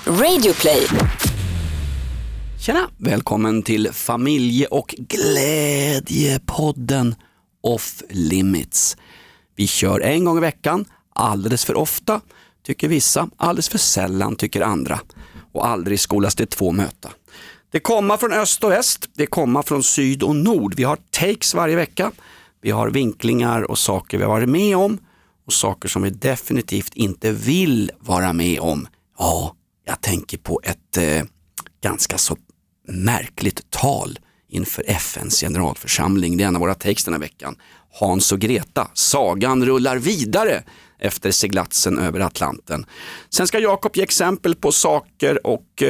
Radioplay. Tjena, välkommen till familje- och glädjepodden Off Limits. Vi kör en gång i veckan, alldeles för ofta tycker vissa, alldeles för sällan tycker andra. Och aldrig skolas det två möta. Det kommer från öst och väst, det kommer från syd och nord. Vi har takes varje vecka, vi har vinklingar och saker vi har varit med om och saker som vi definitivt inte vill vara med om. Ja, jag tänker på ett ganska så märkligt tal inför FNs generalförsamling. Det är en av våra takes den här veckan. Hans och Greta, sagan rullar vidare efter seglatsen över Atlanten. Sen ska Jakob ge exempel på saker och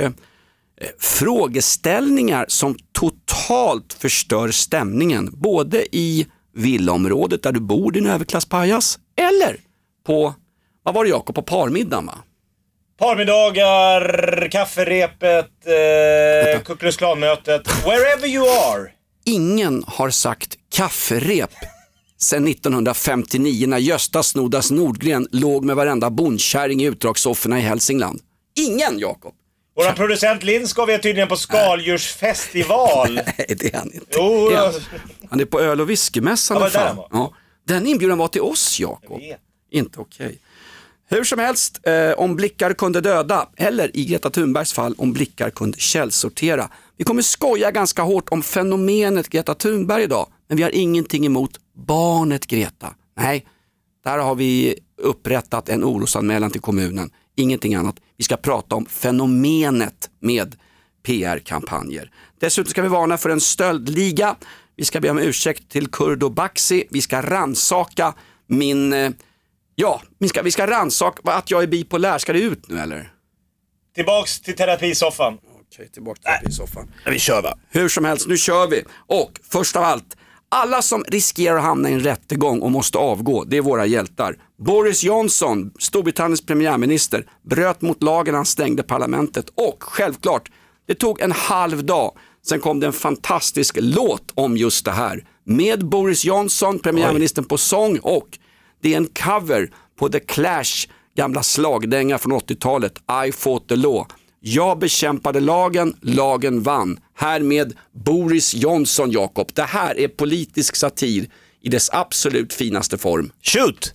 frågeställningar som totalt förstör stämningen. Både i villaområdet där du bor, din överklasspajas, eller på, vad var det Jakob, på parmiddagen va? Parmiddagar, kafferepet, Kucklös klanmötet, wherever you are. Ingen har sagt kafferep sedan 1959 när Gösta Snodas Nordgren låg med varenda bondkärring i utdragssofforna i Hälsingland. Ingen, Jakob. Våran producent Lindskov är tydligen på skaldjursfestival. Nej, det är han inte. Jo, han är på öl- och whiskymässan. Ja, där var. Ja, den inbjudan var till oss, Jakob. Inte okej. Hur som helst, om blickar kunde döda, eller i Greta Thunbergs fall, om blickar kunde källsortera. Vi kommer skoja ganska hårt om fenomenet Greta Thunberg idag, men vi har ingenting emot barnet Greta. Nej, där har vi upprättat en orosanmälan till kommunen. Ingenting annat. Vi ska prata om fenomenet med PR-kampanjer. Dessutom ska vi varna för en stöldliga. Vi ska be om ursäkt till Kurdo Baxi. Vi ska ransaka min... vi ska ransaka att jag är bipolär. Ska det ut nu eller? Tillbaks till terapisoffan. Okej, tillbaka till terapisoffan. Vi kör va? Hur som helst, nu kör vi. Och först av allt, alla som riskerar att hamna i en rättegång och måste avgå, det är våra hjältar. Boris Johnson, Storbritanniens premiärminister, bröt mot lagen, han stängde parlamentet. Och självklart, det tog en halv dag. Sen kom det en fantastisk låt om just det här. Med Boris Johnson, premiärministern på sång, och det är en cover på The Clash gamla slagdänga från 80-talet, I fought the law. Jag bekämpade lagen, lagen vann. Här med Boris Johnson, Jakob. Det här är politisk satir i dess absolut finaste form. Shoot!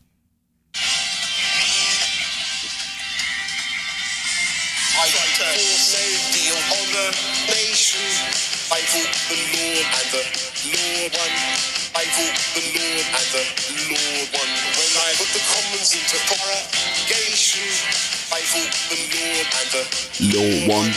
Law one.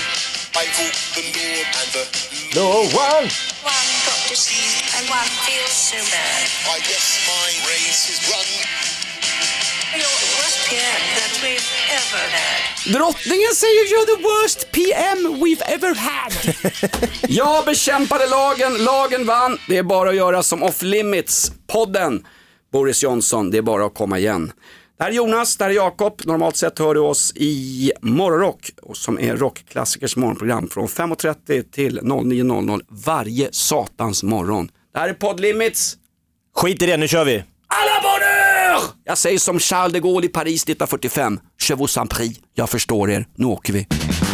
No one! One got to see and one feels so bad. I guess my race is run. You're the worst PM that we've ever had. Drottningen säger you're the worst PM we've ever had. Jag bekämpade lagen, lagen vann. Det är bara att göra som Off Limits, podden. Boris Johnson, det är bara att komma igen. Det här är Jonas, det här är Jakob. Normalt sett hör du oss i Morgonrock, som är rockklassikers morgonprogram från 5.30 till 09.00 varje satans morgon. Det här är Pod Limits. Skit i det, nu kör vi. Alla bonheur! Jag säger som Charles de Gaulle i Paris 1945. Je vous en prie, jag förstår er. Nu åker vi.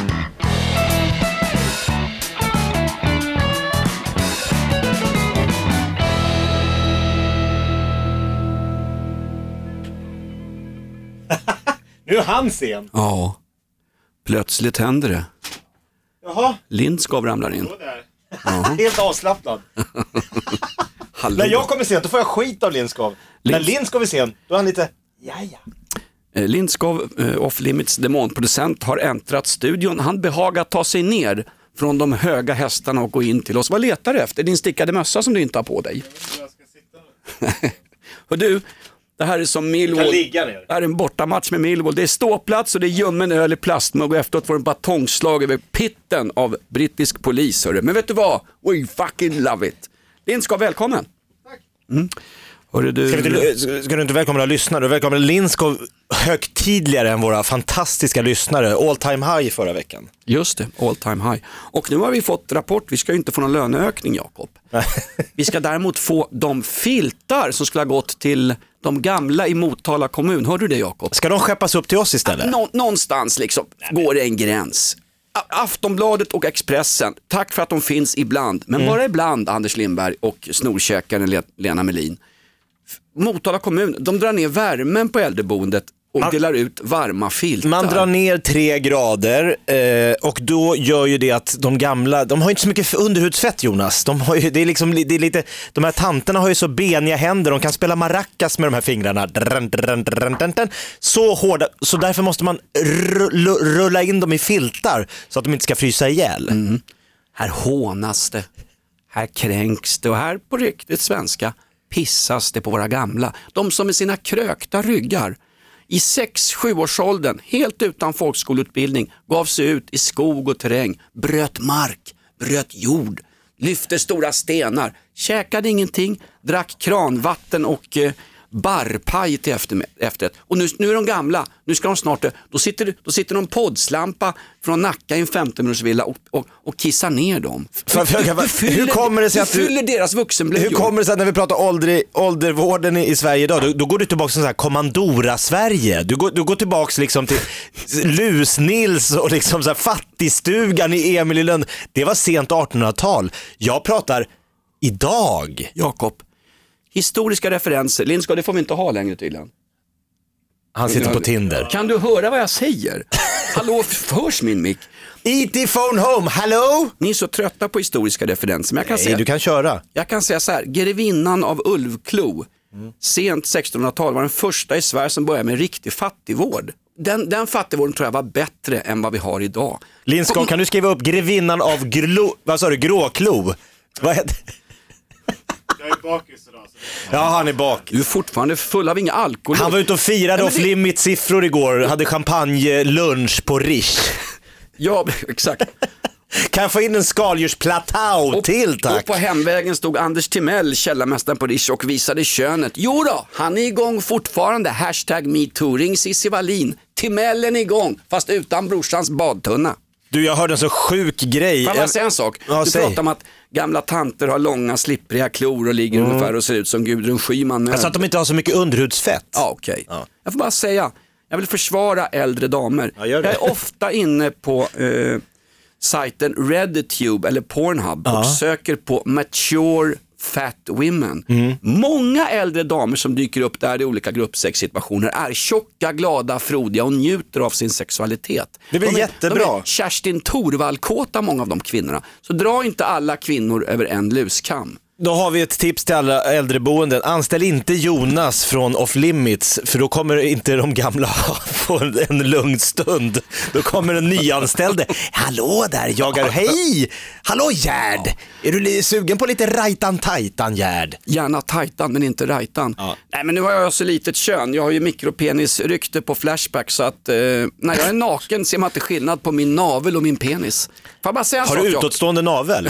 Nu är han sen. Ja, plötsligt händer det. Jaha. Lindskov ramlar in. Helt avslappnad. När jag kommer sen, då får jag skit av Lindskov. När Lindskov är sen, då är han lite, jaja. Lindskov, Off Limits demonproducent, har äntrat studion. Han behagar ta sig ner från de höga hästarna och gå in till oss. Vad letar du efter? Din stickade mössa som du inte har på dig. Jag ska sitta. Och du, det här är som Millwall. Kan ligga ner. Det här är en bortamatch med Millwall. Det är ståplats och det är ljummen öl i plastmugg och efteråt får en batongslag över pitten av brittisk polis. Hörru. Men vet du vad? We fucking love it. Lindskov, välkommen. Tack. Hörru du... Ska du inte välkomna lyssnare? Du välkomna Lindskov högtidligare än våra fantastiska lyssnare. All time high förra veckan. Just det, all time high. Och nu har vi fått rapport, vi ska ju inte få någon löneökning, Jakob. Vi ska däremot få de filtar som skulle ha gått till de gamla i Motala kommun. Hör du det, Jakob? Ska de skeppas upp till oss istället? Någonstans liksom går det en gräns. Aftonbladet och Expressen, tack för att de finns ibland. Men bara ibland, Anders Lindberg och snorkäkaren Lena Melin. Motala kommun, de drar ner värmen på äldreboendet och delar ut varma filtar. Man drar ner 3 grader och då gör ju det att de gamla, de har inte så mycket underhudsfett, Jonas. De har ju, det är lite, de här tanterna har ju så beniga händer, de kan spela maracas med de här fingrarna. Så hårda, så därför måste man rulla in dem i filtar så att de inte ska frysa ihjäl. Här hånas det, här kränks det och här på riktigt svenska pissas det på våra gamla. De som med sina krökta ryggar i 6-7-årsåldern, helt utan folkskoleutbildning, gav sig ut i skog och terräng, bröt mark, bröt jord, lyfte stora stenar, käkade ingenting, drack kranvatten och barrpaj till efterrätt. Och nu är de gamla, nu ska de snart, då sitter de poddslampa från Nacka i en 15-minutersvilla och kissar ner dem. Hur kommer det sig att fyller deras vuxenblöjor? Hur kommer det sig att när vi pratar åldervården i Sverige idag, då går du tillbaka till så här Kommandora-Sverige. Du går tillbaka liksom till Lusnils och liksom så här fattigstugan i Emil i Lund. Det var sent 1800-tal. Jag pratar idag. Jakob, historiska referenser. Lindskov, det får vi inte ha längre tydligen. Han sitter på Tinder. Kan du höra vad jag säger? Hallå, hörs min mick? E.T. phone home, hallå? Ni är så trötta på historiska referenser. Men jag kan säga, du kan köra. Jag kan säga så här, grevinnan av Ulvklo, sent 1600-tal, var den första i Sverige som började med riktig fattigvård. Den fattigvården tror jag var bättre än vad vi har idag. Lindskov, kan du skriva upp grevinnan av Gråklo? Vad heter det? Jag är bakis idag. Ja, han är bak. Du är fortfarande full av inga alkohol. Han var ute och firade off limit siffror igår. Hade champagne lunch på Rish. Ja, exakt. Kan jag få in en skaldjursplatå till, tack? Och på hemvägen stod Anders Timell, källarmästaren på Rish, och visade könet. Jo då, han är igång fortfarande. #MeToo, Cissi Wallin. Timellen är igång, fast utan brorsans badtunna. Du, jag hörde en så sjuk grej. Får jag säga en sak? Du pratar om att gamla tanter har långa slippriga klor och ligger ungefär och ser ut som Gudrun Schyman. Alltså att de inte har så mycket underhudsfett. Ja, okej. Ja. Jag får bara säga, jag vill försvara äldre damer. Ja, gör det. Jag är ofta inne på sajten RedditTube eller Pornhub och söker på mature fat women. Många äldre damer som dyker upp där i olika gruppsexsituationer är tjocka, glada, frodiga och njuter av sin sexualitet. Det blir jättebra. De är Kerstin Thorvall-kåta, många av de kvinnorna. Så dra inte alla kvinnor över en luskam. Då har vi ett tips till alla äldreboenden. Anställ inte Jonas från Off Limits, för då kommer inte de gamla få en lugn stund. Då kommer en nyanställde. Hallå där, hej! Hallå Gerd! Är du sugen på lite rajtan-tajtan, Gerd? Gärna tajtan, men inte rajtan. Ja. Nej, men nu har jag så litet kön. Jag har ju mikropenisrykte på Flashback, så att när jag är naken ser man inte skillnad på min navel och min penis. Får jag bara säga en sak? Har du utåtstående navel?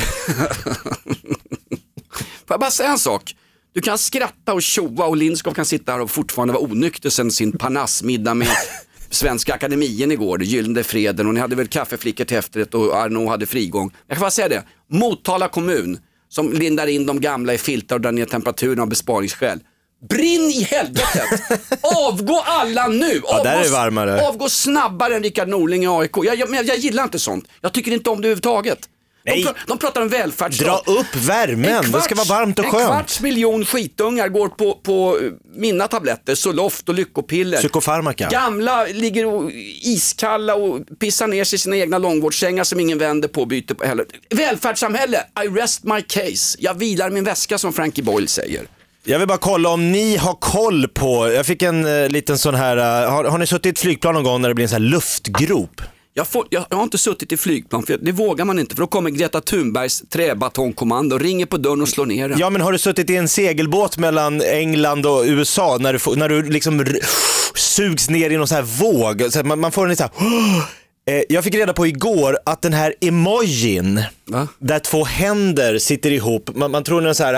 Får jag bara säga en sak? Du kan skratta och tjoa och Lindskov kan sitta här och fortfarande vara onykter sen sin parnassmiddag med Svenska Akademien igår, Gyllene Freden, och ni hade väl kaffeflickor till efterrätt och Arno hade frigång. Jag kan bara säga det, Motala kommun som lindar in de gamla i filtar och drar ner temperaturen av besparingsskäl. Brinn i helvetet! Avgå alla nu! Ja, där är det varmare. Avgå snabbare än Rickard Norling i AIK. Jag gillar inte sånt. Jag tycker inte om det överhuvudtaget. De pratar om välfärdsstat. Dra upp värmen, det ska vara varmt och skönt. 250 000 skitungar går på mina tabletter, Zoloft och lyckopiller. Psykofarmaka. Gamla ligger och iskalla och pissar ner sig i sina egna långvårdssängar som ingen vänder på och byter på heller. Välfärdssamhälle, I rest my case. Jag vilar min väska, som Frankie Boyle säger. Jag vill bara kolla om ni har koll på, jag fick en liten sån här, har ni suttit i ett flygplan någon gång när det blir en sån här luftgrop? Jag har inte suttit i flygplan, för det vågar man inte, för då kommer Greta Thunbergs träbatongkommando och ringer på dörren och slår ner den. Ja, men har du suttit i en segelbåt mellan England och USA när du liksom sugs ner i någon så här våg, så man får en lite så här, Jag fick reda på igår att den här emojin, Va? där 2 händer sitter ihop, man tror den är så här.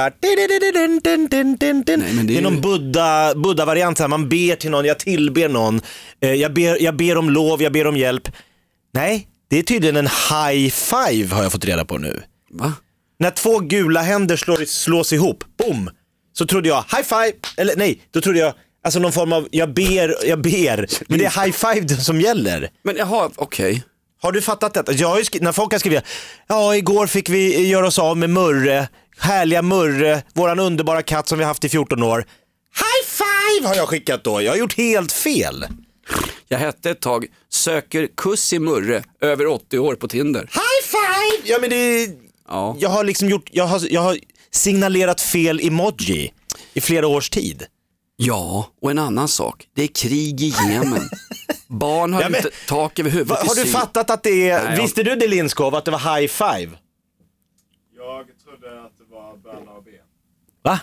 Nej, men det är någon Buddha-variant, man ber till någon, jag tillber någon, jag ber om lov, jag ber om hjälp. Nej, det är tydligen en high five har jag fått reda på nu. Va? När 2 gula händer slås ihop, boom, så trodde jag high five, eller nej, då trodde jag alltså någon form av jag ber, men det är high five som gäller. Men jaha, okej. Har du fattat detta? När folk har skrivit, ja igår fick vi göra oss av med Murre, härliga Murre, våran underbara katt som vi haft i 14 år. High five har jag skickat då, jag har gjort helt fel. Jag hette ett tag söker kuss i Murre, över 80 år på Tinder. High five! Ja men det... Ja. Jag har liksom jag har signalerat fel emoji i flera års tid. Ja, och en annan sak. Det är krig i Jemen. Barn har inte tak över huvudet i Har du syd. fattat att det är... Nej, Visste du det, Lindskov, att det var high five? Jag trodde att det var böna och ben. Va?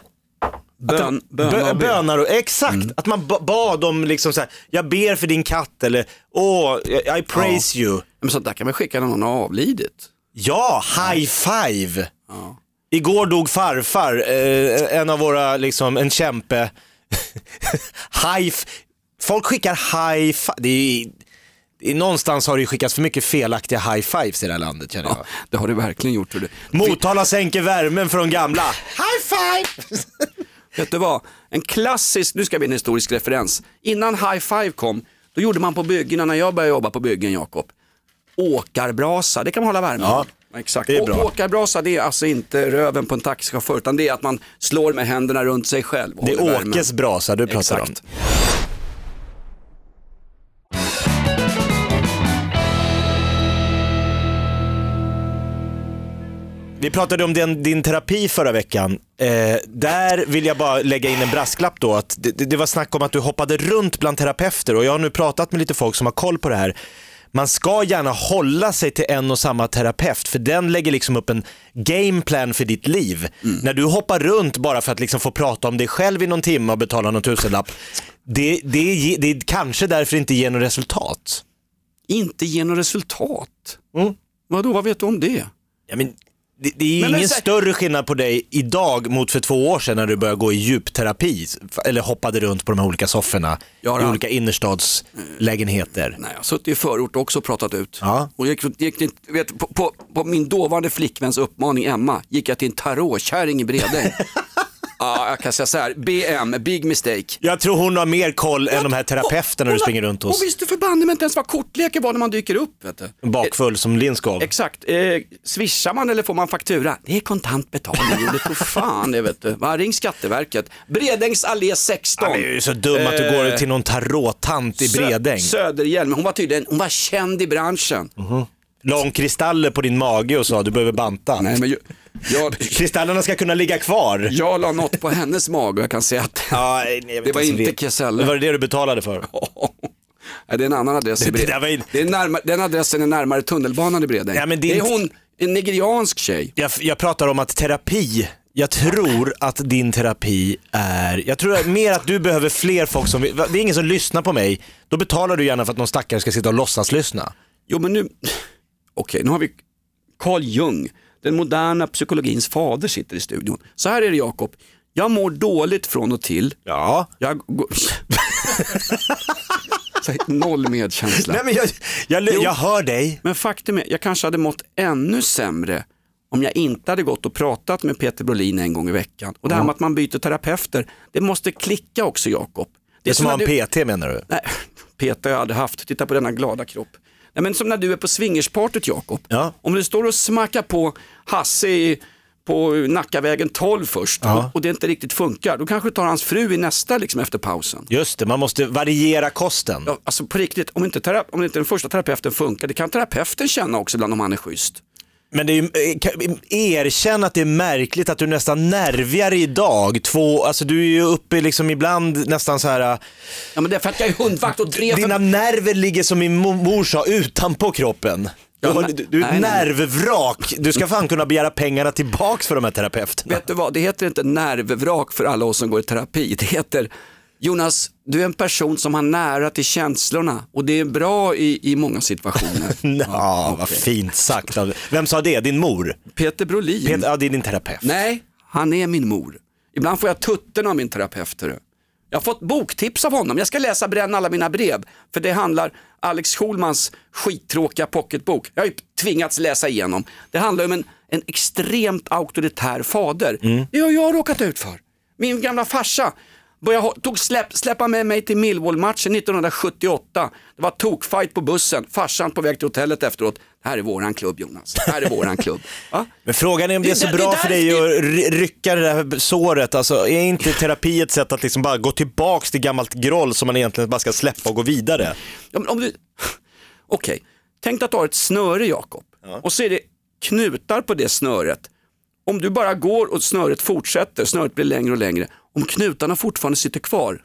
Bönar och exakt, att man bad om liksom så här, jag ber för din katt eller I praise you. Men så där kan man skicka när någon har avlidit. Ja, high five. Igår dog farfar, en av våra liksom, en kämpe. Folk skickar high five. Det är någonstans har det skickats för mycket felaktiga high fives i det här landet, känner jag. Ja, det har det verkligen gjort. Motala sänker värmen för de gamla. High five! Vet du vad? En klassisk, nu ska vi en historisk referens. Innan high five kom, då gjorde man på byggena, när jag började jobba på byggen, Jakob, åkarbrasa, det kan man hålla värmen. Ja, exakt. det är bra. Åkarbrasa, det är alltså inte röven på en taxichaufför, utan det är att man slår med händerna runt sig själv. Det är Åkes brasa du pratar om. Vi pratade om din terapi förra veckan. Där vill jag bara lägga in en brasklapp då. Att det var snack om att du hoppade runt bland terapeuter. Och jag har nu pratat med lite folk som har koll på det här. Man ska gärna hålla sig till en och samma terapeut. För den lägger liksom upp en gameplan för ditt liv. När du hoppar runt bara för att liksom få prata om dig själv i någon timme och betala någon tusenlapp. Det kanske därför inte ger något resultat. Inte ger något resultat? Vadå, vad vet du om det? Ja, men det är ingen större skillnad på dig idag mot för 2 år sedan när du började gå i djupterapi eller hoppade runt på de här olika sofforna i olika innerstadslägenheter. Nej, jag har suttit i förort också och pratat ut. Ja. Och på min dåvarande flickväns uppmaning Emma gick jag till en tarotkärring i Bredäng. Ja, jag kan säga så här, BM, big mistake. Jag tror hon har mer koll än de här terapeuterna du springer runt hos. Och visst du förbanne mig inte ens vad kortleken var när man dyker upp, vet du. Bakfull som Lindskov. Exakt, swishar man eller får man faktura? Det är kontant betalning, det tror fan det, vet du. Ring Skatteverket, Bredängs allé 16. Ja, det är ju så dum att du går till någon tarottant i Bredäng. Söderhjälm, hon var känd i branschen. Lång kristaller på din mage och sa du behöver banta. Nej, men kristallerna ska kunna ligga kvar. Jag la något på hennes mage och jag kan säga att det var inte keseller. Var det du betalade för? Nej, det är en annan adress i Bredäng. Den adressen är närmare tunnelbanan i Bredäng. Ja, det är hon, en nigeriansk tjej. Jag pratar om att terapi, jag tror att din terapi är, jag tror mer att du behöver fler folk som, det är ingen som lyssnar på mig, då betalar du gärna för att någon stackare ska sitta och låtsas lyssna. Jo men nu, okej, nu har vi Carl Jung, den moderna psykologins fader, sitter i studion. Så här är det, Jakob, jag mår dåligt från och till. Ja. Noll medkänsla. Nej, men jag hör dig. Men faktum är, jag kanske hade mått ännu sämre om jag inte hade gått och pratat med Peter Brolin en gång i veckan. Och det här med att man byter terapeuter, det måste klicka också, Jakob. Det är som en PT, menar du? Nej, PT jag hade haft. Titta på denna glada kropp. Nej, men som när du är på swingerspartyt, Jakob. Ja. Om du står och smackar på Hasse på Nackavägen 12 först, och det inte riktigt funkar, då kanske tar hans fru i nästa liksom efter pausen. Just det, man måste variera kosten. Ja, alltså på riktigt, om inte den första terapeuten funkar, det kan terapeuten känna också ibland om han är schysst. Men det är ju, erkänn att det är märkligt att du nästan nervigare idag. Alltså du är ju uppe liksom ibland nästan så här. Ja, men det är för att jag är hundvakt och dina nerver ligger som min mor sa utanpå kroppen. Du är ett nervvrak. Du ska fan kunna begära pengarna tillbaks för de här terapeuterna. Vet du vad, det heter inte nervvrak för alla oss som går i terapi. Det heter Jonas, du är en person som har nära till känslorna och det är bra i många situationer. Ja, vad fint sagt. Vem sa det? Din mor? Peter Brolin. Ja, det är din terapeut. Nej, han är min mor. Ibland får jag tutten av min terapeut. Jag har fått boktips av honom. Jag ska läsa Bränn alla mina brev. För det handlar Alex Schulmans skittråkiga pocketbok. Jag har ju tvingats läsa igenom. Det handlar om en extremt auktoritär fader. Det har jag råkat ut för. Min gamla farsa tog släppa med mig till Millwall-matchen 1978. Det var tokfight på bussen. Farsan på väg till hotellet efteråt. Det här är våran klubb, Jonas. Det här är våran klubb. Ja? Men frågan är om det är så bra för dig att rycka det här såret. Alltså, är inte terapi ett sätt att liksom bara gå tillbaks till gammalt groll som man egentligen bara ska släppa och gå vidare? Ja, men Okej. Tänk att du har ett snöre, Jakob. Ja. Och så är det knutar på det snöret. Om du bara går och snöret fortsätter, snöret blir längre och längre. Om knutarna fortfarande sitter kvar,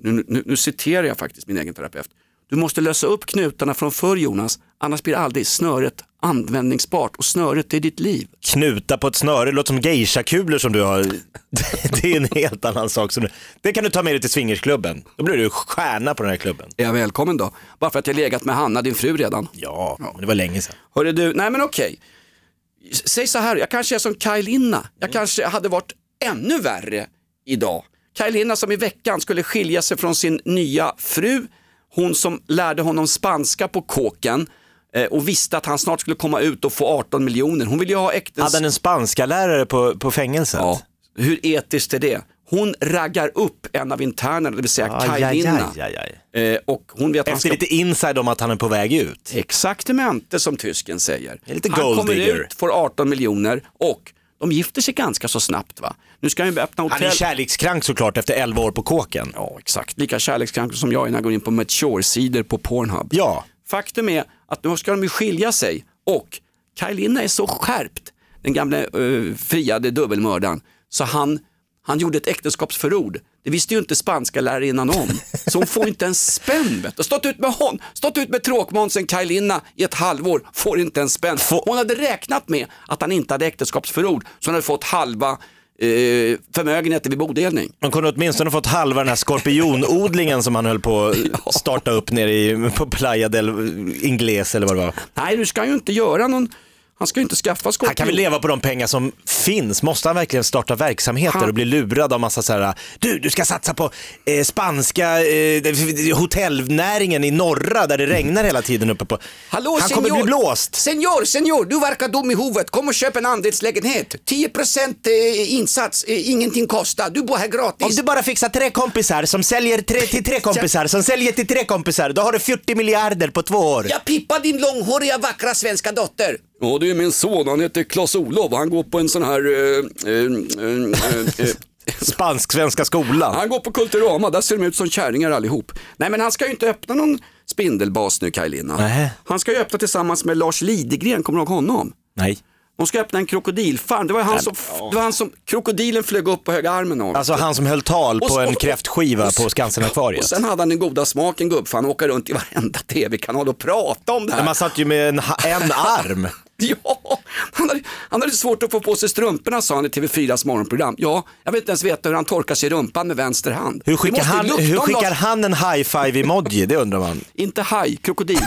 nu citerar jag faktiskt min egen terapeut. Du måste lösa upp knutarna från förr, Jonas, annars blir aldrig snöret användningsbart och snöret är ditt liv. Knuta på ett snöre, låter som geisha-kulor som du har. Det är en helt annan sak. Det kan du ta med dig till swingersklubben. Då blir du stjärna på den här klubben. Är jag välkommen då? Bara för att jag legat med Hanna, din fru redan. Ja, men det var länge sedan. Hörru du, nej men okej. Säg så här, jag kanske är som Kaj Linna. Jag kanske hade varit ännu värre idag. Kaj Linna som i veckan skulle skilja sig från sin nya fru. Hon som lärde honom spanska på kåken och visste att han snart skulle komma ut och få 18 miljoner. Hon ville ju ha Hade han en spanska lärare på fängelset? Ja, hur etiskt är det? Hon raggar upp en av internerna, det vill säga Kaj Linna. Och hon vet efter lite inside om att han är på väg ut. Exaktamente som tysken säger. Lite han kommer digger. ut, får 18 miljoner och de gifter sig ganska så snabbt, va? Nu ska han öppna hotell. Han är kärlekskrank såklart efter 11 år på kåken. Ja, exakt. Lika kärlekskrank som jag är när jag går in på mature-sidor på Pornhub. Ja. Faktum är att nu ska de ju skilja sig och Kaj Linna är så skärpt, den gamla friade dubbelmördaren, så han gjorde ett äktenskapsförord. Det visste ju inte spanska lärarinnan om. Så hon får inte en spänn. Stått ut med tråkmånsen Kaj Linna i ett halvår, får inte en spänn. Hon hade räknat med att han inte hade äktenskapsförord, så hon hade fått halva förmögenheten vid bodelning. Man kunde åtminstone fått halva den här skorpionodlingen som han höll på att starta upp nere på Playa del Ingles eller vad det var. Nej, du ska ju inte göra någon. Han ska ju inte skaffa skorpion. Han kan väl leva på de pengar som finns. Måste han verkligen starta verksamheter och bli lurad av massa så här: du ska satsa på spanska hotellnäringen i norra där det regnar hela tiden uppe på. Hallå, han kommer bli blåst. Senior, du verkar dum i huvudet. Kom och köp en andelslägenhet. 10% insats, ingenting kostar. Du bor här gratis. Om du bara fixar 3 kompisar som säljer till 3 kompisar som säljer till 3 kompisar, då har du 40 miljarder på 2 år. Jag pippar din långhåriga vackra svenska dotter. Ja, det är min son, han heter Claes-Olof. Han går på en sån här spansk-svenska skolan. Han går på Kulturama, där ser de ut som kärringar allihop. Nej, men han ska ju inte öppna någon spindelbas nu, Kaj Linna. Han ska ju öppna tillsammans med Lars Lidegren, kommer du ihåg honom? Nej. De ska öppna en krokodilfarm. Det var han som krokodilen flög upp på höga armen av. Alltså han som höll tal på en kräftskiva på Skansen-akvariet. Och sen hade han den goda smaken, gubb, för han åker runt i varenda tv-kanal och pratar om det här. Men man satt ju med en arm. Ja, han hade svårt att få på sig strumporna, sa han i TV4s morgonprogram. Ja, jag vet inte ens veta hur han torkar sig i rumpan med vänster hand. Hur skickar han en high-five-emoji, det undrar man. Inte haj, krokodil.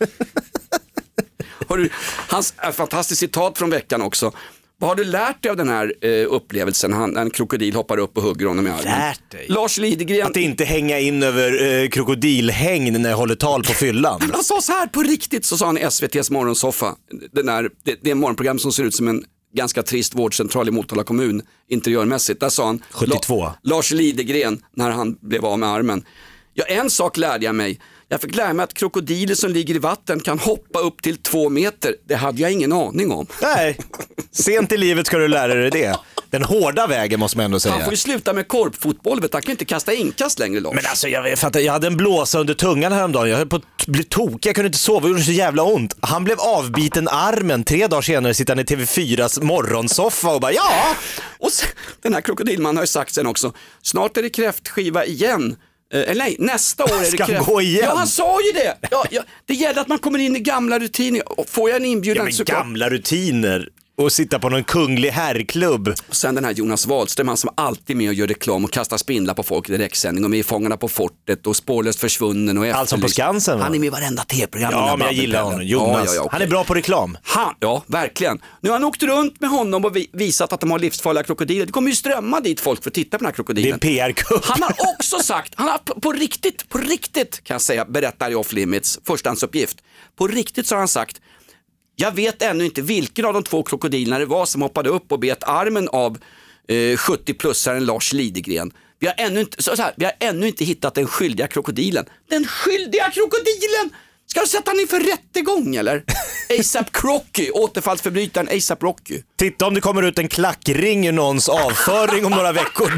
Hans fantastiskt citat från veckan också. Vad har du lärt dig av den här upplevelsen? En krokodil hoppar upp och hugger honom i armen. Lärt dig? Lars Lidegren. Att inte hänga in över krokodilhägn när jag håller tal på fyllan. Han sa så här på riktigt, så sa han i SVT:s morgonsoffa. Det är en morgonprogram som ser ut som en ganska trist vårdcentral i Motala kommun interiörmässigt. Där sa han 72. Lars Lidegren när han blev av med armen. Ja, en sak lärde jag mig. Jag fick lära mig att krokodiler som ligger i vatten kan hoppa upp till 2 meter. Det hade jag ingen aning om. Nej, sent i livet ska du lära dig det. Den hårda vägen måste man ändå säga. Han får ju sluta med korpfotboll, vet. Han kan inte kasta inkast längre, Lars. Men alltså jag hade en blåsa under tungan häromdagen. Jag höll på att bli tokig, jag kunde inte sova, det gjorde så jävla ont. Han blev avbiten armen, 3 dagar senare sitter han i TV4s morgonsoffa och bara ja. Och sen, den här krokodilmannen har ju sagt sen också, snart är det kräftskiva igen. Eller nej, nästa år är det ska gå igen. Ja, han sa ju det. Ja, det gäller att man kommer in i gamla rutiner. Får jag en inbjudan gamla rutiner. Och sitta på någon kunglig herrklubb. Och sen den här Jonas Wahlström, han som alltid är med och gör reklam och kastar spindlar på folk i direktsändning och med i Fångarna på fortet och Spårlöst försvunnen och Allt som på Skansen, va? Han är med i varenda tv-program. Ja, men jag gillar honom. Jonas. okej. Han är bra på reklam. Ja, verkligen. Nu har han åkt runt med honom och visat att de har livsfarliga krokodiler. Det kommer ju strömma dit folk för att titta på den här krokodilen. Det är en PR-kupp. Han har också sagt, han har på riktigt kan jag säga, berättar i Off Limits förstahandsuppgift. På riktigt så har han sagt, jag vet ännu inte vilken av de 2 krokodilerna det var som hoppade upp och bet armen av 70-plussaren Lars Lidegren. Vi har ännu inte hittat den skyldiga krokodilen. Den skyldiga krokodilen! Ska du sätta han inför rättegång eller? A$AP Rocky, återfallsförbrytaren A$AP Rocky. Titta om det kommer ut en klackring ur någons avföring om några veckor.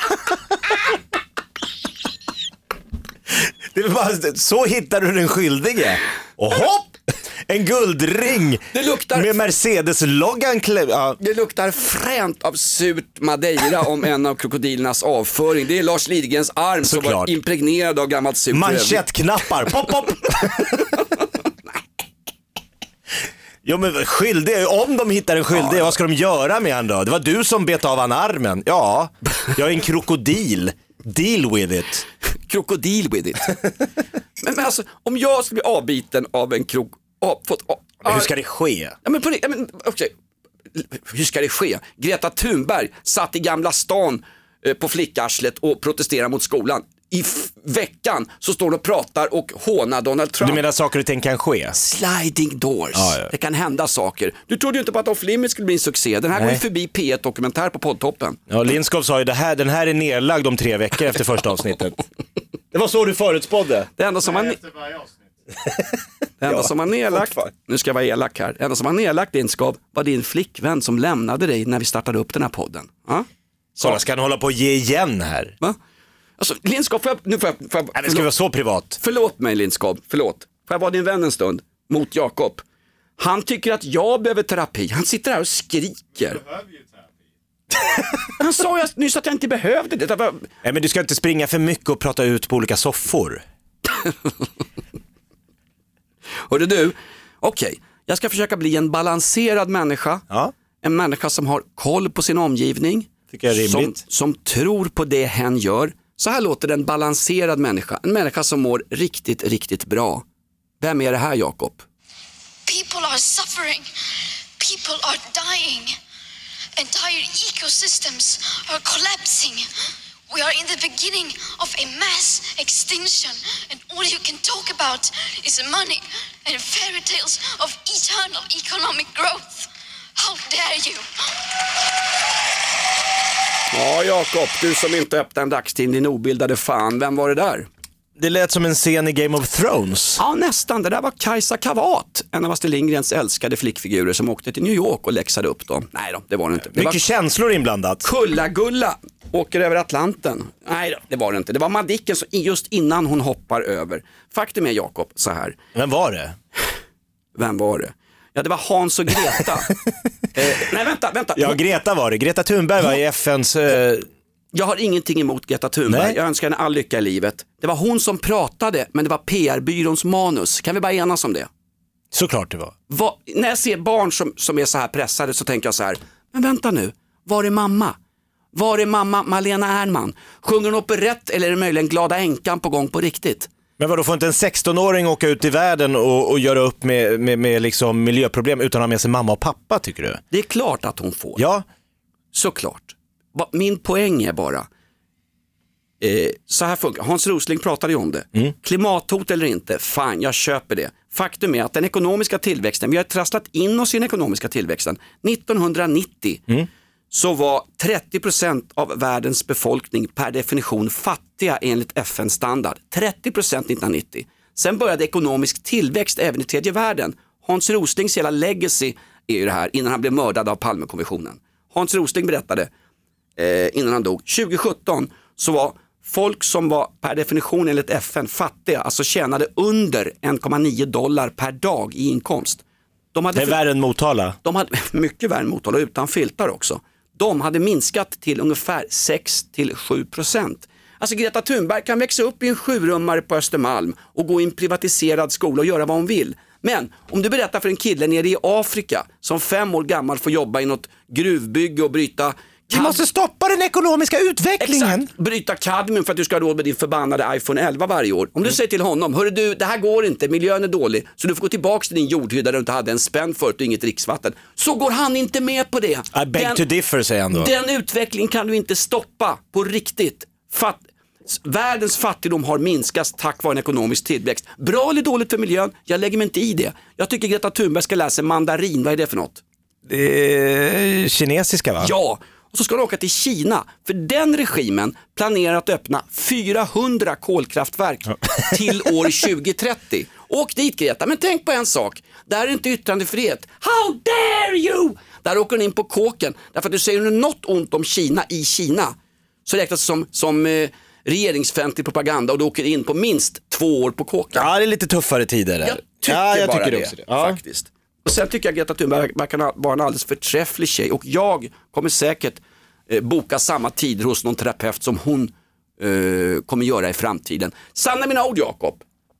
Det är bara, så hittar du den skyldige. Och hopp! En guldring Det luktar- med Mercedes-loggan. Ja. Det luktar fränt av surt madeira om en av krokodilernas avföring. Det är Lars Lidegrens arm som var Såklart. impregnerad av gammalt surt. Manschettknappar, pop, pop. Jo men skyldig, om de hittar en skyldig, vad ska de göra med han då? Det var du som bet av han armen. Ja, jag är en krokodil. Deal with it. Krokodil with it. men alltså, om jag skulle bli avbiten av en krok... Hur ska det ske? Ja, men okej. Hur ska det ske? Greta Thunberg satt i Gamla stan på flickarslet och protesterar mot skolan. I veckan så står de och pratar och hånar Donald Trump. Du menar saker och ting kan ske? Sliding doors. Ja. Det kan hända saker. Du trodde ju inte på att Off Limits skulle bli en succé. Den här går ju förbi P1-dokumentär på poddtoppen. Ja, Lindskov sa ju den här är nedlagd om 3 veckor efter första avsnittet. Det var så du förutspådde. Det enda som man... Efter varje avsnitt. Det enda som var nedlagt, nu ska jag vara elak här, det enda som var nedlagt Lindskov var din flickvän som lämnade dig när vi startade upp den här podden. Ja? Så ska han hålla på att ge igen här? Va? Alltså Lindskov, får jag, Nej, det ska vara så privat. förlåt mig Lindskov, förlåt. Får jag vara din vän en stund mot Jakob? Han tycker att jag behöver terapi, han sitter här och skriker. Behöver ju terapi. Han sa ju nyss att jag inte behövde det. Nej, men du ska inte springa för mycket och prata ut på olika soffor. Hörru du, okej, jag ska försöka bli en balanserad människa. Ja. En människa som har koll på sin omgivning. Tycker jag är rimligt. Som tror på det hen gör. Så här låter en balanserad människa. En människa som mår riktigt, riktigt bra. Vem är det här, Jakob? People are suffering. People are dying. Entire ecosystems are collapsing. We are in the beginning of a mass extinction, and all you can talk about is money and fairy tales of eternal economic growth. How dare you? Ja, Jakob, du som inte öppnade en dagstidning, din obildade fan. Vem var det där? Det lät som en scen i Game of Thrones. Ja, nästan. Det där var Kajsa Kavat, en av Astrid Lindgrens älskade flickfigurer som åkte till New York och läxade upp dem. Nej då, det var det inte. Det Mycket var känslor inblandat. Kulla-Gulla åker över Atlanten. Nej då, det var det inte. Det var Madicken just innan hon hoppar över. Faktum är, Jakob, så här. Vem var det? Vem var det? Ja, det var Hans och Greta. Nej, vänta. Ja, Greta var det. Greta Thunberg var i FNs... Jag har ingenting emot Greta Thunberg. Nej. Jag önskar henne all lycka i livet. Det var hon som pratade, men det var PR-byråns manus. Kan vi bara enas om det? Såklart det var. När jag ser barn som är så här pressade så tänker jag så här, men vänta nu, var är mamma? Var är mamma Malena Ernman? Sjunger hon operett eller är det möjligen Glada änkan på gång på riktigt? Men vadå, får inte en 16-åring åka ut i världen och göra upp med liksom miljöproblem utan att ha med sig mamma och pappa, tycker du? Det är klart att hon får. Ja. Såklart. Min poäng är bara, så här funkar. Hans Rosling pratade ju om det. Klimathot eller inte, fan, jag köper det. Faktum är att den ekonomiska tillväxten, vi har trasslat in oss i den ekonomiska tillväxten. 1990 så var 30% av världens befolkning per definition fattiga enligt FN-standard. 30% 1990. Sen började ekonomisk tillväxt även i tredje världen. Hans Roslings hela legacy är ju det här, innan han blev mördad av Palmekommissionen. Hans Rosling berättade innan han dog, 2017 så var folk som var per definition enligt FN fattiga, alltså tjänade under $1,9 per dag i inkomst. De hade Det är värre än Motala. De hade mycket värre än Motala, utan filtar också. De hade minskat till ungefär 6-7%. Alltså Greta Thunberg kan växa upp i en 7-rummare på Östermalm och gå i en privatiserad skola och göra vad hon vill. Men om du berättar för en kille nere i Afrika som 5 år gammal får jobba i något gruvbygge och bryta Vi måste stoppa den ekonomiska utvecklingen. Exakt, bryta kadmium för att du ska ha råd med din förbannade iPhone 11 varje år. Om du säger till honom, hörru du, det här går inte, miljön är dålig, så du får gå tillbaka till din jordhydda där du inte hade en spänn förut och inget dricksvatten. Så går han inte med på det. I beg to differ, säger han då. Den utvecklingen kan du inte stoppa på riktigt. Världens fattigdom har minskats tack vare en ekonomisk tillväxt. Bra eller dåligt för miljön? Jag lägger mig inte i det. Jag tycker Greta Thunberg ska läsa mandarin. Vad är det för något? Det är kinesiska, va? Ja, och så ska de åka till Kina. För den regimen planerar att öppna 400 kolkraftverk till år 2030. Åk dit, Greta, men tänk på en sak. Där är inte yttrandefrihet. How dare you! Där åker den in på kåken. Därför att du säger något ont om Kina i Kina, så räknas det som regeringsfientlig propaganda och du åker in på minst 2 år på kåken. Ja, det är lite tuffare tider där. Jag tycker det också. Ja. Faktiskt. Och sen tycker jag Greta Thunberg verkar vara en alldeles förträfflig tjej. Och jag kommer säkert boka samma tider hos någon terapeut som hon kommer göra i framtiden. Sanna mina ord, Jakob.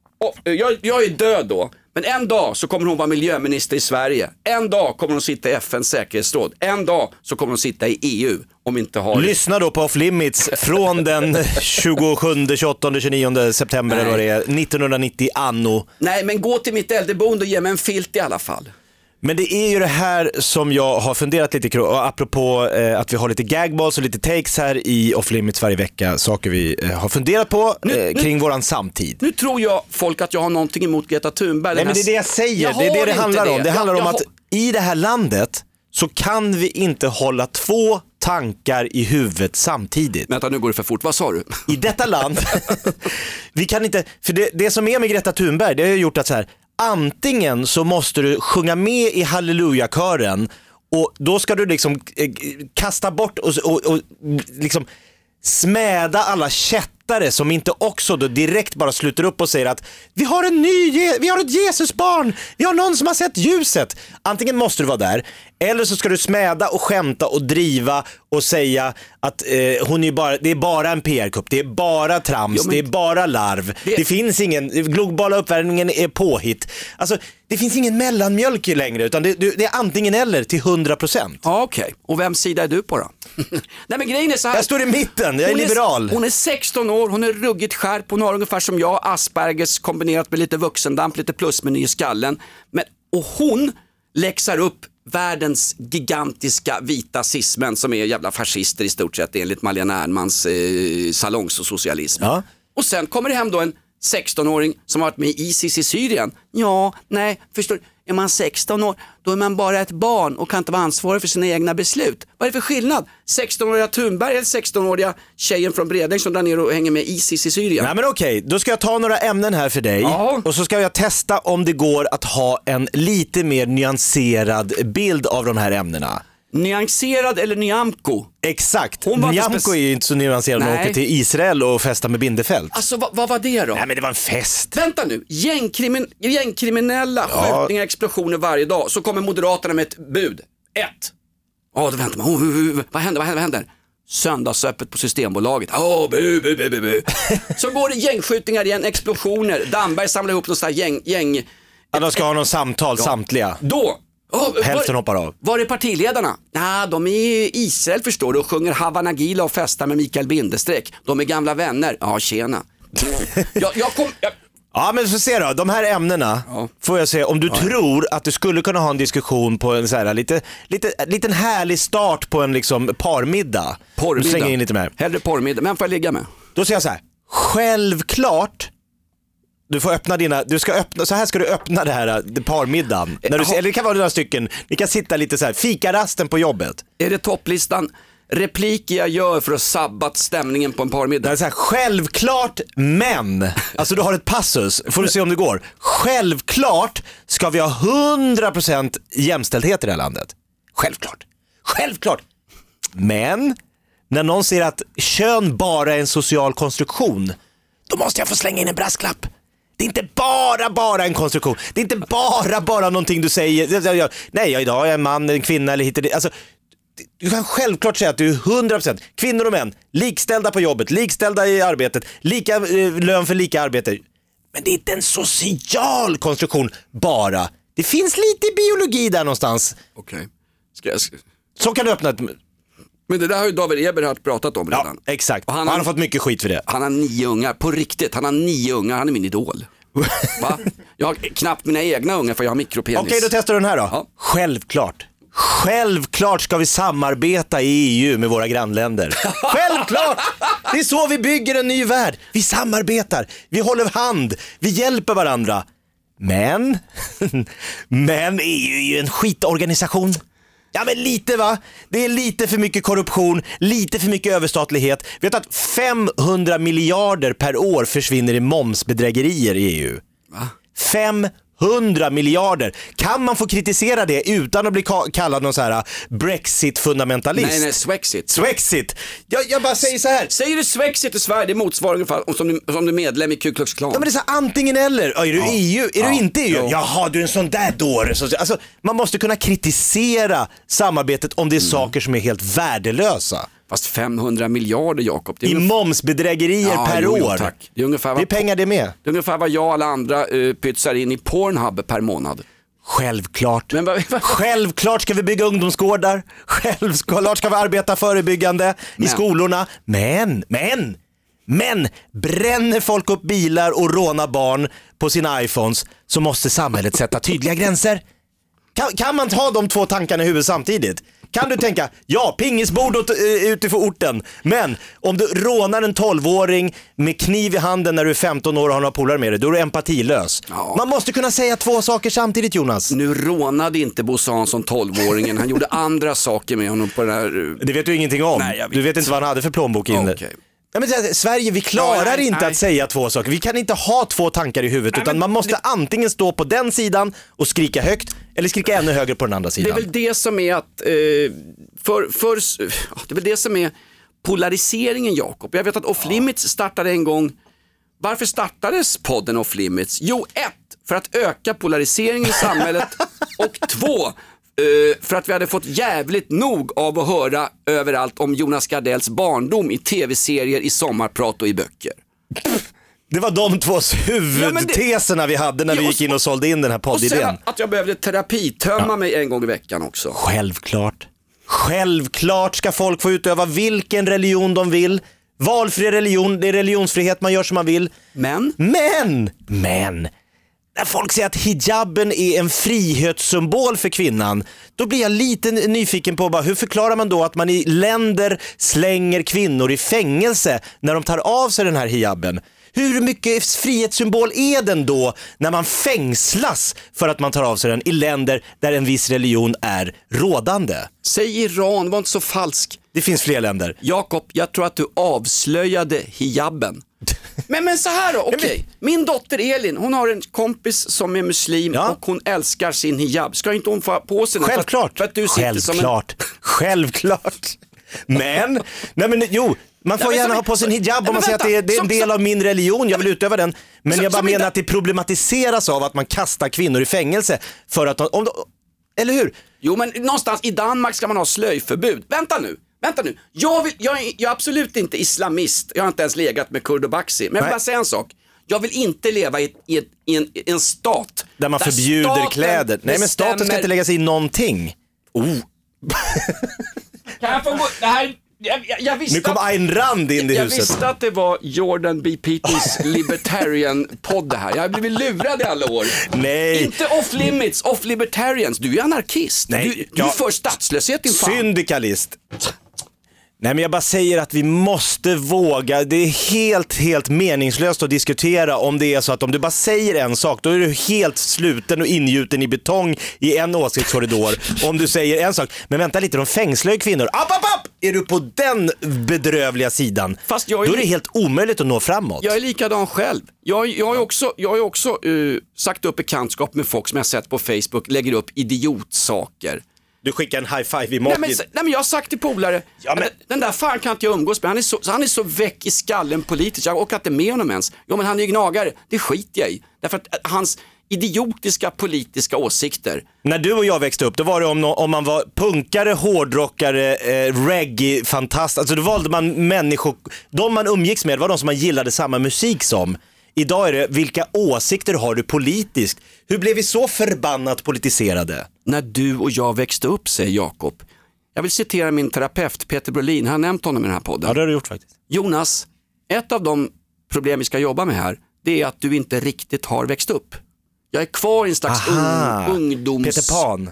Jag är död då. Men en dag så kommer hon vara miljöminister i Sverige. En dag kommer hon sitta i FNs säkerhetsråd. En dag så kommer hon sitta i EU. Om inte har... Lyssna då på Off Limits från den 27, 28, 29 september eller vad det är, 1990 anno. Nej, men gå till mitt äldreboende och ge mig en filt i alla fall. Men det är ju det här som jag har funderat lite kring, och apropå att vi har lite gagballs och lite takes här i Off Limits varje vecka, saker vi har funderat på kring våran samtid. Nu tror jag folk att jag har någonting emot Greta Thunberg. Nej, men det är det jag säger, det är det handlar om. Det handlar om att i det här landet så kan vi inte hålla 2 tankar i huvudet samtidigt. Vänta, nu går det för fort. Vad sa du? I detta land, vi kan inte, för det som är med Greta Thunberg, det har gjort att så här, antingen så måste du sjunga med i hallelujakören och då ska du liksom kasta bort och liksom smäda alla kättare som inte också då direkt bara sluter upp och säger att vi har ett Jesusbarn, vi har någon som har sett ljuset. Antingen måste du vara där, eller så ska du smäda och skämta och driva och säga att hon är bara, det är bara en PR-kupp, det är bara trams, det är bara larv, det finns ingen, globala uppvärmningen är påhitt. Alltså det finns ingen mellanmjölk längre, utan det är antingen eller till 100%. Ja, okej. Och vem sida är du på då? Nej, men grejen är så här. Jag står i mitten, jag är liberal. Hon är 16 år, hon är ruggigt skärp, hon har ungefär som jag, Aspergers kombinerat med lite vuxendamp, lite plusmeny i skallen. Och hon läxar upp världens gigantiska vita cismen som är jävla fascister i stort sett enligt Malena Ernmans salongs- och socialism. Ja. Och sen kommer det hem då en 16-åring som har varit med i ISIS i Syrien. Ja, nej, förstår du? Är man 16 år, då är man bara ett barn och kan inte vara ansvarig för sina egna beslut. Vad är det för skillnad? 16-åriga Thunberg eller 16-åriga tjejen från Bredäng som drar ner och hänger med ISIS i Syrien? Nej, men okej, då ska jag ta några ämnen här för dig. Ja. Och så ska jag testa om det går att ha en lite mer nyanserad bild av de här ämnena. Nyanserad eller nyamko? Exakt, nyamko är ju inte så nyanserad när man åker till Israel och festar med Bindefält. Alltså vad var det då? Nej, men det var en fest. Vänta nu, gängkriminella skjutningar, explosioner varje dag. Så kommer Moderaterna med ett bud. 1. Då väntar man, vad händer? Söndagsöppet på Systembolaget. Bu. Så går det gängskjutningar igen, explosioner. Damberg samlar ihop någon sån här gäng. Ja, de ska ha någon samtal, samtliga. Då hälften hoppar av. Var är partiledarna? De är i Israel, förstår du, och sjunger Hava Nagila och festar med Mikael Bindestreck. De är gamla vänner. Ja, tjena. Ja, men så se då, de här ämnena får jag se om du tror att du skulle kunna ha en diskussion på en så här liten härlig start på en liksom parmiddag. Porrmiddag. Slänger in lite mer. Hellre porrmiddag, men får jag ligga med? Då säger jag så här, självklart du får öppna så här ska du öppna det här parmiddagen. Eller det kan vara några stycken. Ni kan sitta lite så här, fikarasten på jobbet. Är det topplistan repliker jag gör för att sabbat stämningen på en parmiddag? Det är så här, självklart, men alltså du har ett passus, får du se om det går. Självklart ska vi ha 100% jämställdhet i det här landet. Självklart. Men när någon säger att kön bara är en social konstruktion, då måste jag få slänga in en brasklapp. Det är inte bara en konstruktion. Det är inte bara någonting du säger. Nej, idag är en man, en kvinna eller hit och dit. Alltså, du kan självklart säga att du är 100% kvinnor och män likställda på jobbet, likställda i arbetet, lika lön för lika arbete. Men det är inte en social konstruktion bara. Det finns lite biologi där någonstans. Okej. Så kan du öppna ett... Men det där har ju David Eberhardt pratat om redan. Ja, exakt. Och han har fått mycket skit för det. Han har 9 ungar, på riktigt. Han har 9 ungar, han är min idol. Va? Jag har knappt mina egna ungar för jag har mikropenis. Okej, då testar du den här då. Ja. Självklart ska vi samarbeta i EU med våra grannländer. Självklart! Det är så vi bygger en ny värld. Vi samarbetar, vi håller hand, vi hjälper varandra. Men EU är ju en skitorganisation. Ja, men lite va? Det är lite för mycket korruption, lite för mycket överstatlighet. Vet du att 500 miljarder per år försvinner i momsbedrägerier i EU? Va? 500 miljarder. Kan man få kritisera det utan att bli kallad någon så här Brexit-fundamentalist? Nej, Swexit. Swexit. Jag bara säger så här. Säger du Swexit i Sverige, det motsvarar ungefär som du är medlem i Ku Klux Klan. Ja, men det är så här, antingen eller. Är du EU? Är du inte EU? Jaha, du är en sån där dåre. Alltså, man måste kunna kritisera samarbetet om det är saker som är helt värdelösa. Fast 500 miljarder, Jakob. I momsbedrägerier per år. Tack. Det är ungefär det är pengar det med. Det är ungefär vad jag och alla andra pytsar in i Pornhub per månad. Självklart. Men Självklart ska vi bygga ungdomsgårdar. Självklart ska vi arbeta förebyggande i skolorna. Men bränner folk upp bilar och rånar barn på sina iPhones, så måste samhället sätta tydliga gränser. Kan man ta de två tankarna i huvudet samtidigt? Kan du tänka, pingisbord utifrån orten, men om du rånar en 12-åring med kniv i handen när du är 15 år och har några polare med dig, då är du empatilös. Ja. Man måste kunna säga två saker samtidigt, Jonas. Nu rånade inte Bosse Hansson 12-åringen, han gjorde andra saker med honom på den här... Det vet du ingenting om. Nej, du vet inte vad han hade för plånbok inne. Okay. Ja, men Sverige, vi klarar inte att säga två saker. Vi kan inte ha två tankar i huvudet, utan man måste antingen stå på den sidan och skrika högt, eller skrika ännu högre på den andra sidan. Det är väl det som är att det är väl det som är polariseringen, Jakob. Jag vet att Off Limits startade en gång. Varför startades podden Off Limits? Jo, 1, för att öka polariseringen i samhället, och 2, för att vi hade fått jävligt nog av att höra överallt om Jonas Gardells barndom i tv-serier, i sommarprat och i böcker. Det var de två huvudteserna vi hade när vi gick in och sålde in den här poddidén. Och sen att jag behövde terapitömma mig en gång i veckan också. Självklart ska folk få utöva vilken religion de vill. Valfri religion, det är religionsfrihet, man gör som man vill. Men när folk säger att hijaben är en frihetssymbol för kvinnan, då blir jag lite nyfiken på hur förklarar man då att man i länder slänger kvinnor i fängelse när de tar av sig den här hijaben? Hur mycket frihetssymbol är den då när man fängslas för att man tar av sig den i länder där en viss religion är rådande? Säg Iran, var inte så falsk. Det finns fler länder. Jakob, jag tror att du avslöjade hijaben. Men så här då, okej. Min dotter Elin, hon har en kompis som är muslim och hon älskar sin hijab. Ska inte hon få på sig den? Självklart. För att du Självklart. Men man får gärna ha på sin hijab om man säger att det är en del av min religion, jag vill utöva den. Men jag bara menar att det problematiseras av att man kastar kvinnor i fängelse för att eller hur? Jo, men någonstans i Danmark ska man ha slöjförbud. Vänta nu. Jag är absolut inte islamist. Jag har inte ens legat med Kurd och Baxi. Men jag vill bara säga en sak. Jag vill inte leva i en stat där man förbjuder kläder. Nej, men staten ska inte lägga sig i någonting. Kan jag få gå? Det här... Jag visste nu kom Ayn Rand in i huset. Jag visste att det var Jordan B. Peters Libertarian-podd det här. Jag har blivit lurad i alla år. Nej. Inte Off Limits, Off Libertarians. Du är anarkist. Nej. Du är för statslöshet, din fan. Syndikalist. Nej, men jag bara säger att vi måste våga. Det är helt meningslöst att diskutera om det är så att om du bara säger en sak, då är du helt sluten och ingjuten i betong i en åsiktskorridor. Om du säger en sak, men vänta lite, de fängslar ju kvinnor. App! Är du på den bedrövliga sidan, fast då är det helt omöjligt att nå framåt. Jag är likadan själv. Jag har också sagt upp bekantskap med folk som jag sett på Facebook lägger upp idiotsaker. Du skickar en high five i magen. Nej, men jag har sagt till polare, den där fan kan inte jag umgås med. Han är så väck i skallen politiskt. Jag orkar inte med honom ens. Jo, men han är ju gnagare. Det skiter jag i. Därför att hans idiotiska politiska åsikter. När du och jag växte upp, då var det om man var punkare, hårdrockare, reggae, fantast. Alltså då valde man människor, de man umgicks med var de som man gillade samma musik som. Idag är det, vilka åsikter har du politiskt? Hur blev vi så förbannat politiserade? När du och jag växte upp, säger Jakob. Jag vill citera min terapeut Peter Brolin, han har nämnt honom i den här podden. Ja, det har du gjort faktiskt. Jonas, ett av de problem vi ska jobba med här, det är att du inte riktigt har växt upp. Jag är kvar i en slags ungdoms... Peter Pan.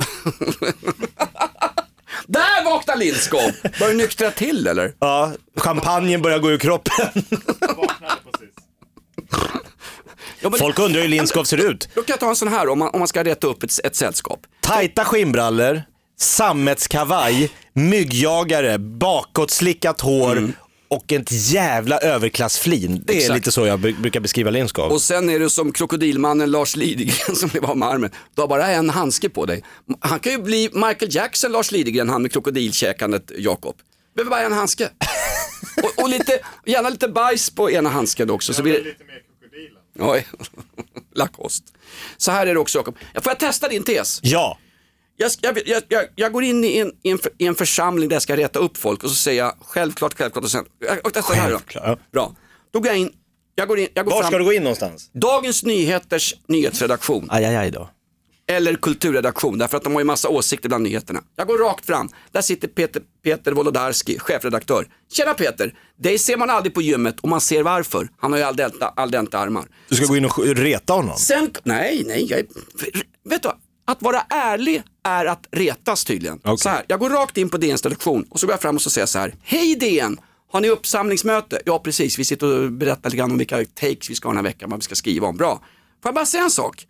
Där vaknar Lindskov! Börjar du nyktra till eller? Ja, champagnen börjar gå ur kroppen. Jag vaknade precis. Ja, men Folk undrar hur Lindskov ser ut. då kan jag ta en sån här om man ska rätta upp ett sällskap. Tajta skinnbrallor, sammetskavaj, myggjagare, bakåtslickat hår och ett jävla överklassflin. Det är Exakt. lite så jag brukar beskriva Lindskov. Och sen är det som krokodilmannen Lars Lidegren som blev av med armen. Du har bara en handske på dig. Han kan ju bli Michael Jackson, Lars Lidegren, han med krokodilkäkandet Jakob. Behöver bara en handske. och gärna lite bajs på ena handsken också. Så Jag blir blir det... lite mer krokodilen. Oj, Lacoste. Så här är det också Jakob. Får jag testa din tes? Ja, Jag går in i en församling där jag ska reta upp folk och så säger jag självklart och sen och testa det här då. Självklart. Bra. Då går jag in. Jag går var fram. ska du gå in någonstans? Dagens Nyheters nyhetsredaktion Aj då. eller kulturredaktion därför att de har ju massa åsikter bland nyheterna. Jag går rakt fram. Där sitter Peter Wolodarski, chefredaktör. Tjena Peter, dig ser man aldrig på gymmet och man ser varför. Han har ju al dente armar. Du ska gå in och reta honom? Nej, vet du vad? Att vara ärlig är att retas tydligen. Okay. Så här, jag går rakt in på DNs redaktion och så går jag fram och så säger så här: hej DN, har ni uppsamlingsmöte? Ja precis, vi sitter och berättar lite grann om vilka takes vi ska ha den här veckan, vad vi ska skriva om. Bra. Får jag bara säga en sak?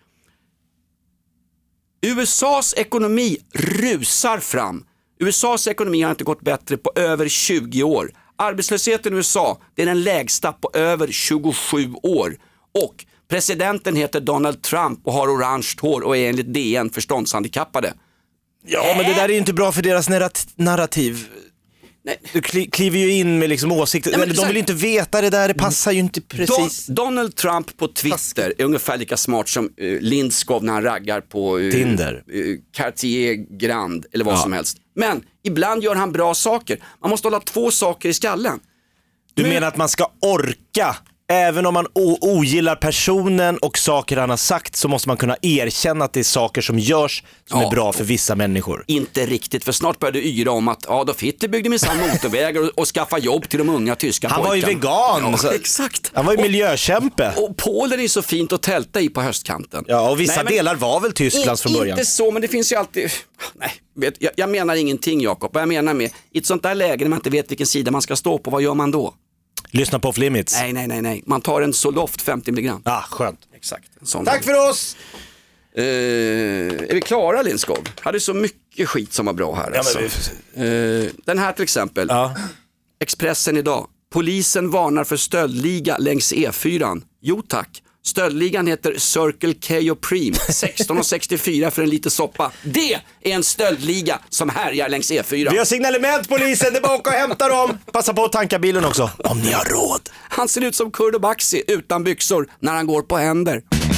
USAs ekonomi rusar fram. USAs ekonomi har inte gått bättre på över 20 år. Arbetslösheten i USA, det är den lägsta på över 27 år. Och presidenten heter Donald Trump och har orange hår och är enligt DN förståndshandikappade. Ja, men det där är ju inte bra för deras narrativ. Nej. Du kliver ju in med liksom åsikter. Nej, men de så här- vill ju inte veta det där, det passar ju inte precis. Donald Trump på Twitter är ungefär lika smart som Lindskov när han raggar på Tinder. Cartier Grand eller vad som helst. Men ibland gör han bra saker. Man måste hålla två saker i skallen. Du menar att man ska orka, även om man ogillar personen och saker han har sagt, så måste man kunna erkänna att det är saker som görs som är bra för vissa människor. Inte riktigt, för snart började det yra om att Adolf Hitler byggde minsann motorvägar och skaffa jobb till de unga tyska Han var ju pojkarna. vegan. Ja, Så exakt. han var ju miljökämpe. Och Polen är så fint att tälta i på höstkanten. Ja, och vissa Nej, men delar var väl Tysklands från början. Inte så, men det finns ju alltid... Nej, jag menar ingenting Jakob. Vad jag menar med, i ett sånt där läge när man inte vet vilken sida man ska stå på, vad gör man då? Lyssna på Off Limits. Nej. Man tar en Zoloft 50 mg. Skönt. Exakt. En sån. Tack för oss! Är vi klara Lindskov? Hade så mycket skit som var bra här. Alltså. Den här till exempel. Ja. Expressen idag. Polisen varnar för stöldliga längs E4. Jo tack. Stöldligan heter Circle K och Preem. 16,64 för en liter soppa. Det är en stöldliga som härjar längs E4. Vi har signalement, polisen, det är bara att åka och hämta dem. Passa på att tanka bilen också, om ni har råd. Han ser ut som Kurdo Baxi utan byxor när han går på händer.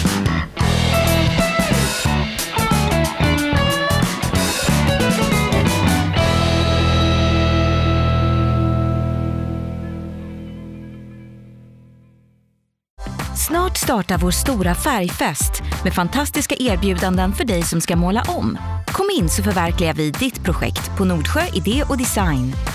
Snart startar vår stora färgfest med fantastiska erbjudanden för dig som ska måla om. Kom in så förverkligar vi ditt projekt på Nordsjö Idé och Design.